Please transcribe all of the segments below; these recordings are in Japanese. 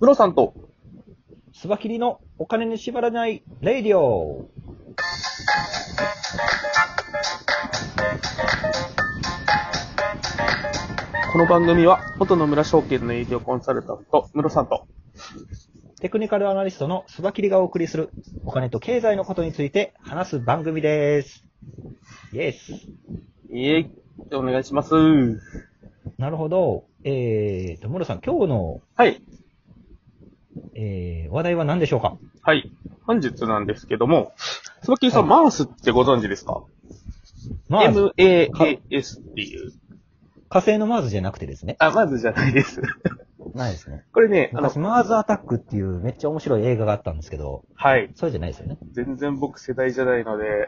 ムロさんと、 スバキリのお金に縛らないレイディオ。 この番組は、元野村証券の営業コンサルタント、ムロさんと、 テクニカルアナリストのスバキリがお送りするお金と経済のことについて話す番組です。イエス。 お願いします。 なるほど。ムロさん、今日の、 はい。 話題は何でしょうか？ はい。本日なんですけども、スバキリさん、マースってご存知ですか？ マーズ。 MAAS っていう。 火星のマーズじゃなくてですね。 マーズじゃないです。 ないですね。 これね、 昔マーズアタックっていうめっちゃ面白い映画があったんですけど、 はい。 それじゃないですよね。 全然僕世代じゃないので。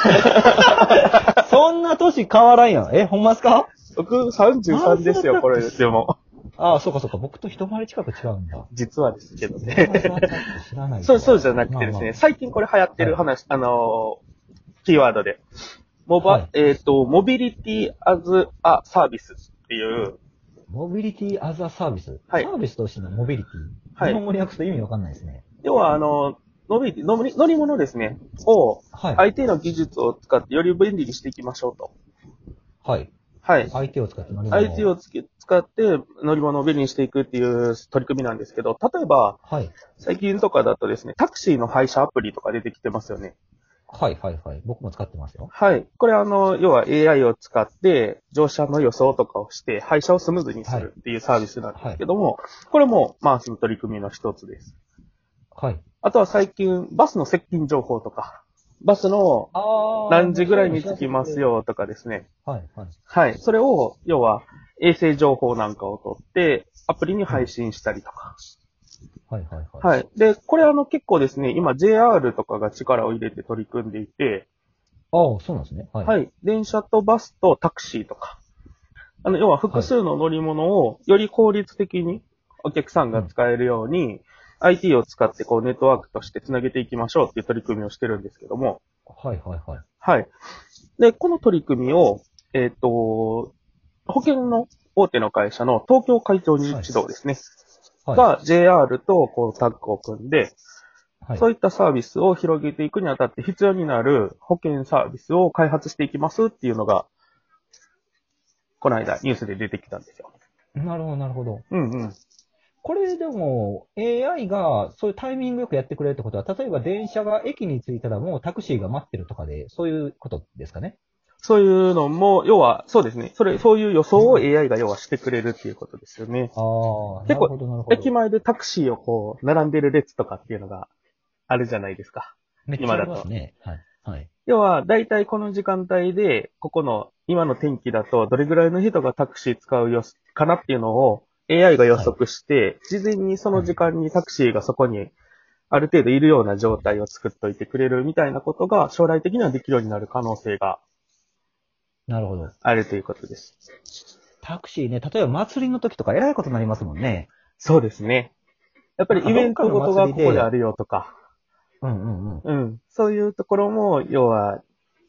そんな年変わらんやん。ほんまですか？ 僕33ですよ、これでも。 ああ、そうかそうか。僕と一回り近く違うんだ。 実はですけどね。 知らない。 そうじゃなくてですね、最近これ流行ってる話、キーワードで、モビリティアズアサービスっていう。 モビリティアズアサービス、 はい、 サービスとしてのモビリティ、はい、日本語に訳すと意味わかんないですね。 要は、乗り物ですね、を、相手の技術を使ってより便利にしていきましょうと。 はい。 はい。 相手を使って乗り物を。 相手を使って乗り物を便利にしていくっていう取り組みなんですけど、例えば、 はい。 最近とかだとですね、タクシーの配車アプリとか出てきてますよね。 はいはいはい。僕も使ってますよ。 はい。これ要は AI を使って、乗車の予想とかをして、配車をスムーズにするっていうサービスなんですけども、これもマースの取り組みの一つです。 はい。 あとは最近、バスの接近情報とか、バスの何時ぐらいに着きますよとかですね。 はいはい。 はい。それを、要は衛星情報なんかを取って、アプリに配信したりとか。 はいはいはい。 はい。で、これ結構ですね、今 JR とかが力を入れて取り組んでいて、 ああ、そうなんですね。はい。 はい。電車とバスとタクシーとか。要は複数の乗り物をより効率的にお客さんが使えるように、IT を使ってこうネットワークとしてつなげていきましょうっていう取り組みをしてるんですけども。 はいはいはい。 はい。で、この取り組みを、保険の大手の会社の東京海上日動ですね。が JR とこうタッグを組んで、そういったサービスを広げていくにあたって必要になる保険サービスを開発していきますっていうのが、この間ニュースで出てきたんですよ。 なるほどなるほど。 うんうん。 これでも AI がそういうタイミングよくやってくれるってことは、例えば電車が駅に着いたらもうタクシーが待ってるとかで、そういうことですかね？ そういうのも、要は、そうですね。そういう予想を AI が要はしてくれるっていうことですよね。 ああ、 結構、駅前でタクシーをこう、並んでる列とかっていうのがあるじゃないですか。 めっちゃありますね。はい。はい。 要は、だいたいこの時間帯で、ここの、今の天気だと、どれぐらいの人がタクシー使うよかなっていうのを AI が予測して、事前にその時間にタクシーがそこにある程度いるような状態を作っといてくれるみたいなことが将来的にはできるようになる可能性がなるほど。 あるということです。 タクシーね、例えば祭りの時とか偉いことになりますもんね。 そうですね。やっぱりイベントごとがここであるよとか。そういうところも、要は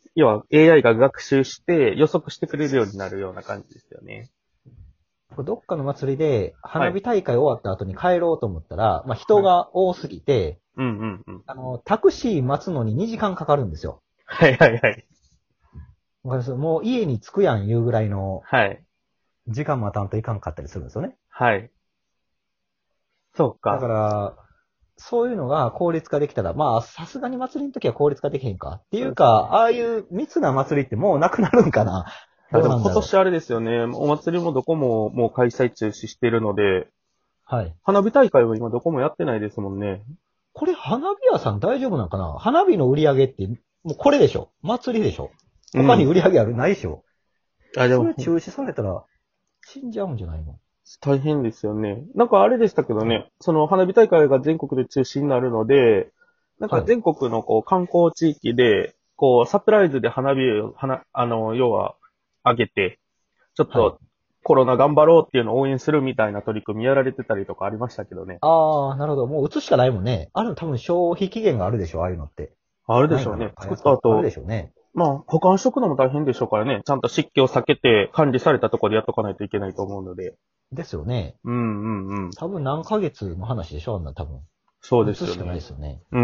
AI が学習して予測してくれるようになるような感じですよね。 どっかの祭りで花火大会終わった後に帰ろうと思ったら、人が多すぎて、タクシー待つのに2時間かかるんですよ。 はいはいはい。 もう家に着くやん言うぐらいの、時間待たんといかんかったりするんですよね。 はい。そうか。 だから、そういうのが効率化できたら、さすがに祭りの時は効率化できへんか。っていうか、ああいう密な祭りってもうなくなるんかな。 でも今年あれですよね。お祭りもどこももう開催中止してるので、 はい。 花火大会は今どこもやってないですもんね。 これ花火屋さん大丈夫なんかな？花火の売り上げって、もうこれでしょ？祭りでしょ？他に売り上げある、ないでしょ？でも。それ中止されたら死んじゃうんじゃないの？ 大変ですよね。なんかあれでしたけどね、その花火大会が全国で中止になるので、なんか全国のこう観光地域で、こうサプライズで花火を、要は上げて、ちょっとコロナ頑張ろうっていうのを応援するみたいな取り組みやられてたりとかありましたけどね。 ああ、なるほど。もう打つしかないもんね。あるの多分消費期限があるでしょ、ああいうのって。 あるでしょうね。作った後。 あるでしょうね。 保管しとくのも大変でしょうからね。ちゃんと湿気を避けて管理されたところでやっとかないといけないと思うので。 ですよね。 うんうんうん。 多分何ヶ月の話でしょあんな多分。 そうですよしかないね。 ですよね。 うん。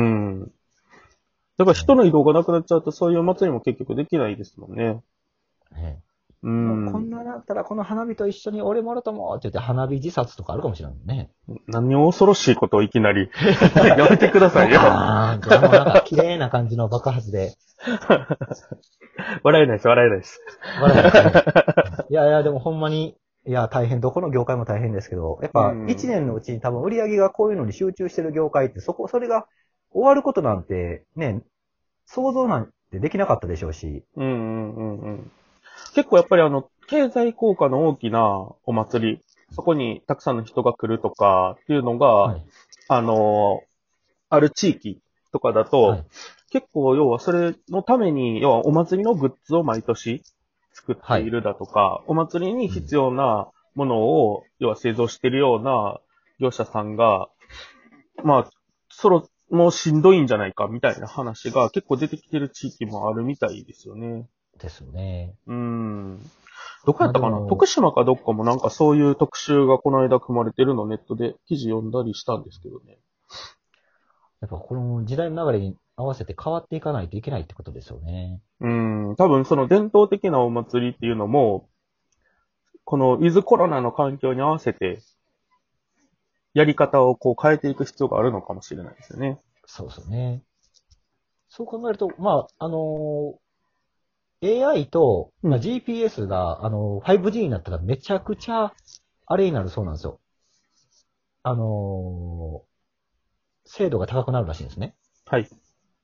だから人の移動がなくなっちゃうと、そういうお祭りも結局できないですもんね。 ねうもうこんん。 なだったらこの花火と一緒に俺もろともって言って花火自殺とかあるかもしれないね。 何を恐ろしいことをいきなりやめてくださいよ。 あーもうなんか綺麗な感じの爆発で。 笑えないです、笑えないです。 笑いですね。いやいや、でもほんまに、いや、大変、どこの業界も大変ですけど、やっぱ一年のうちに多分売り上げがこういうのに集中してる業界って、それが終わることなんて、ね、想像なんてできなかったでしょうし。 うんうんうんうん。結構やっぱり経済効果の大きなお祭り、そこにたくさんの人が来るとかっていうのが、 はい。 あの、ある地域とかだと、 はい。 結構要はそれのために、要はお祭りのグッズを毎年作ってはい。 いるだとか、お祭りに必要なものを、要は製造しているような業者さんが、まあ、もうしんどいんじゃないかみたいな話が結構出てきてる地域もあるみたいですよね。 ですよね。 どこやまあったかな徳でも、 島かどっかもなんかそういう特集がこの間組まれてるのをネットで記事読んだりしたんですけどね。 やっぱこの時代の流れに合わせて変わっていかないといけないってことですよね。 多分その伝統的なお祭りっていうのも、このウィズコロナの環境に合わせて、やり方をこう変えていく必要があるのかもしれないですよね。 そうですよね。そう考えると、まあ、AI と、まあ、 うん。 GPS が、5G になったらめちゃくちゃ、あれになるそうなんですよ。あの精度が高くなるらしいんですね。 はい。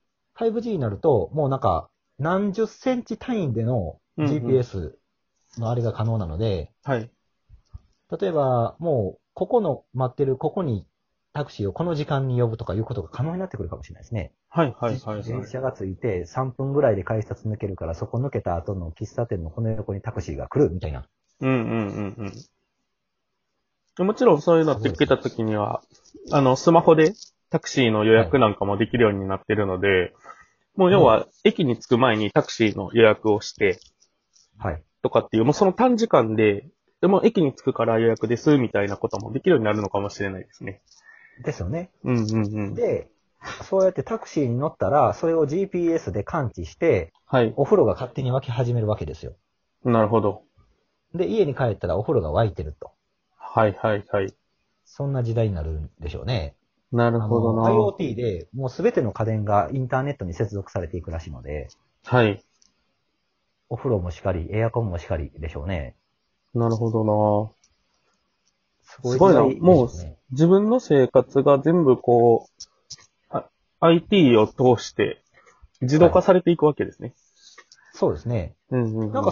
5G になると、もうなんか、何十センチ単位でのうんうん。 GPS のあれが可能なので、 はい。 例えば、もう、ここの待ってる、ここにタクシーをこの時間に呼ぶとかいうことが可能になってくるかもしれないですね。 はいはいはいはい。 電車が着いて3分ぐらいで改札抜けるから、そこ抜けた後の喫茶店のこの横にタクシーが来るみたいな。 うんうんうんうん。もちろんそういうのってすごいですね。 受けたときには、スマホでタクシーの予はい。 約なんかもできるようになってるので、もう要ね。 は駅に着く前にタクシーの予約をして、 はい。 とかっていう、もうその短時間でも駅に着くから予約ですみたいなこともできるようになるのかもしれないですね。 ですよね。 うんうんうん。 で、そうやってタクシーに乗ったら、それを GPS で感知して、 はい。 お風呂が勝手に沸き始めるわけですよ。 なるほど。 で、家に帰ったらお風呂が沸いてると。 はいはいはい。 そんな時代になるんでしょうね。 なるほどな。 IoT でもうすべての家電がインターネットに接続されていくらしいので、 はい。 お風呂もしかり、エアコンもしかりでしょうね。 なるほどな。 すごすごいな。 い時代でしもうょうね。 自分の生活が全部こう、IT を通して自動はい。 化されていくわけですね。 そうですね。 うんうんなん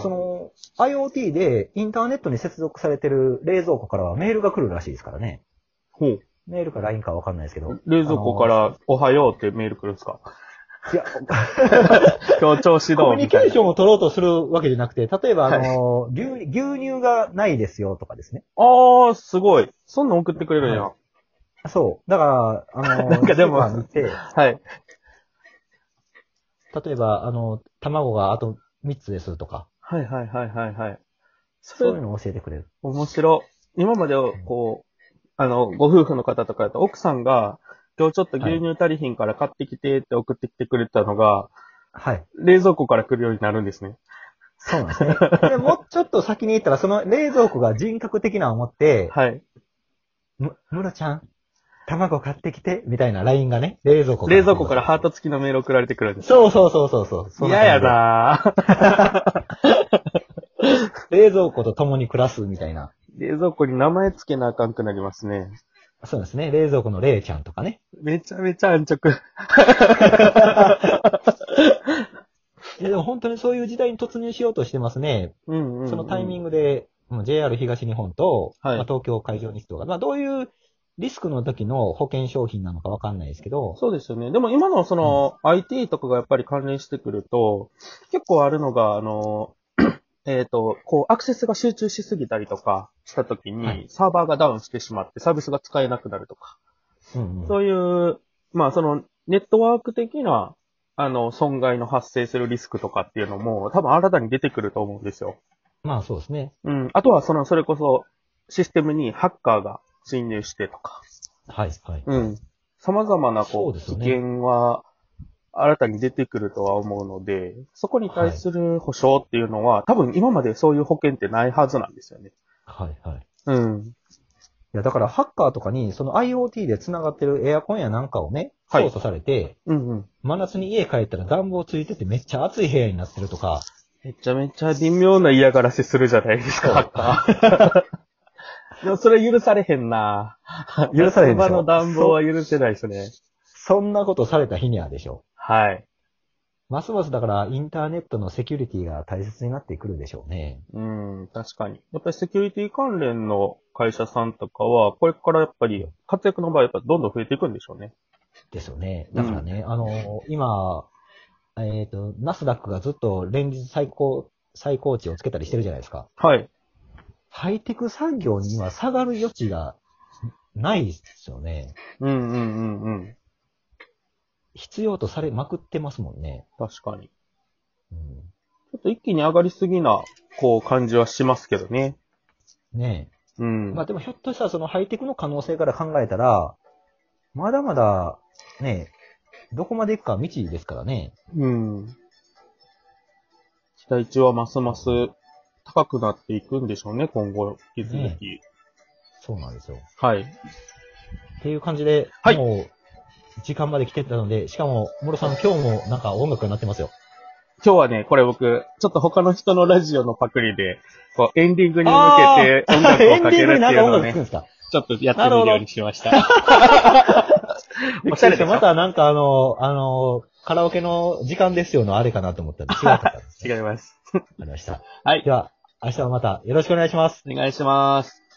うん。 かIoT でインターネットに接続されてる冷蔵庫からはメールが来るらしいですからね。 ほう。 メールか LINE かわかんないですけど。 冷蔵庫からおはようってメール来るんですか？ いや、 今日調子コどうみたいな。 ミュニケーションを取ろうとするわけじゃなくて、例えばはい。 牛乳がないですよとかですね。 あー、すごい。そんなん送ってくれるんはい。 や。 そう。だから、 なんかでも、 スーパーに行って、 はい。 例えば、卵があと3つですとか、 はいはいはいはいはい。それ、 そういうのを教えてくれる。 面白い。今までは、 うんこう、ご夫婦の方とかだと、奥さんが、今日ちょっとはい。 牛乳足りひんから買ってきてって送ってきてくれたのが、 はい。 冷蔵庫から来るようになるんですね。 そうなんですね。で、もうちょっと先に行ったら、その冷蔵庫が人格的なのを持って、 はい。 ムロちゃん、卵買ってきて、みたいな LINE がね、冷蔵庫か冷ら来蔵庫からハーるわけですよ。 ト付きのメール送られてくるんですか？ そうそうそうそうそう、そんな嫌や感じで。 なぁ。 冷蔵庫と共に暮らすみたいな。 冷蔵庫に名前付けなあかんくなりますね。 そうですね。冷蔵庫のレイちゃんとかね。 めちゃめちゃ安直。 いやでも本当にそういう時代に突入しようとしてますね。 うんうそのタイミンんうん。 グで、もう JR 東日本と、 はい。 東京海上日動が、どういうリスクの時の保険商品なのかわかんないですけど、 そうですよね。でも今のそうん。 の IT とかがやっぱり関連してくると、結構あるのが、こうアクセスが集中しすぎたりとかした時はい。 にサーバーがダウンしてしまってサービスが使えなくなるとか。 うんうん。 そういう、まあそのネットワーク的な、損害の発生するリスクとかっていうのも多分新たに出てくると思うんですよ。 まあそうですね。 うん。あとはそれこそ、 システムにハッカーが侵入してとか。 はい、はい。 うん。様々な、危そうですよね。 険は、新たに出てくるとは思うので、そこに対する保証っていうのは、多分今までそういう保険ってないはずなんですよね。 はい、はい。 うん。 いや、だからハッカーとかに、その IoT で繋がってるエアコンやなんかをね、 はい操作されて、 うんうん。 真夏に家帰ったら暖房ついててめっちゃ暑い部屋になってるとか、 めちゃめちゃ微妙な嫌がらせするじゃないですか、ハッカー。でもそれ許されへんな。 許されへんでしょ。 夏場の暖房は許せないですね。 そんなことされた日にはでしょ。 はい。 ますますだからインターネットのセキュリティが大切になってくるでしょうね。 うん、確かに。やっぱりセキュリティ関連の会社さんとかは、これからやっぱり活躍の場合やっぱどんどん増えていくんでしょうね。 ですよね。だからね、今、ナスダックがずっと連日最高値をつけたりしてるじゃないですか。 はい。 ハイテク産業に今下がる余地がないですよね。 うんうんうんうん。 必要とされまくってますもんね。 確かに。 うん、 ちょっと一気に上がりすぎな、感じはしますけどね。 ねうん。 まあでもひょっとしたらそのハイテクの可能性から考えたら、まだまだ、ね、どこまで行くか未知ですからね。 うん。期待値はますます高くなっていくんでしょうね、今後、引き続き。 そうなんですよ。 はい。 っていう感じで、 はいもう、時間まで来てたので、しかも、ムロさん今日もなんか音楽になってますよ。 今日はね、これ僕、ちょっと他の人のラジオのパクリで、エンディングに向けて音楽をかけるっていうのをね、ちょっとやってみるようにしました。 おしゃれでまたなんかカラオケの時間ですよのあれかなと思ったら違かったんです、 違います。 わかりました。 はい。 では、明日はまたよろしくお願いします。 お願いします。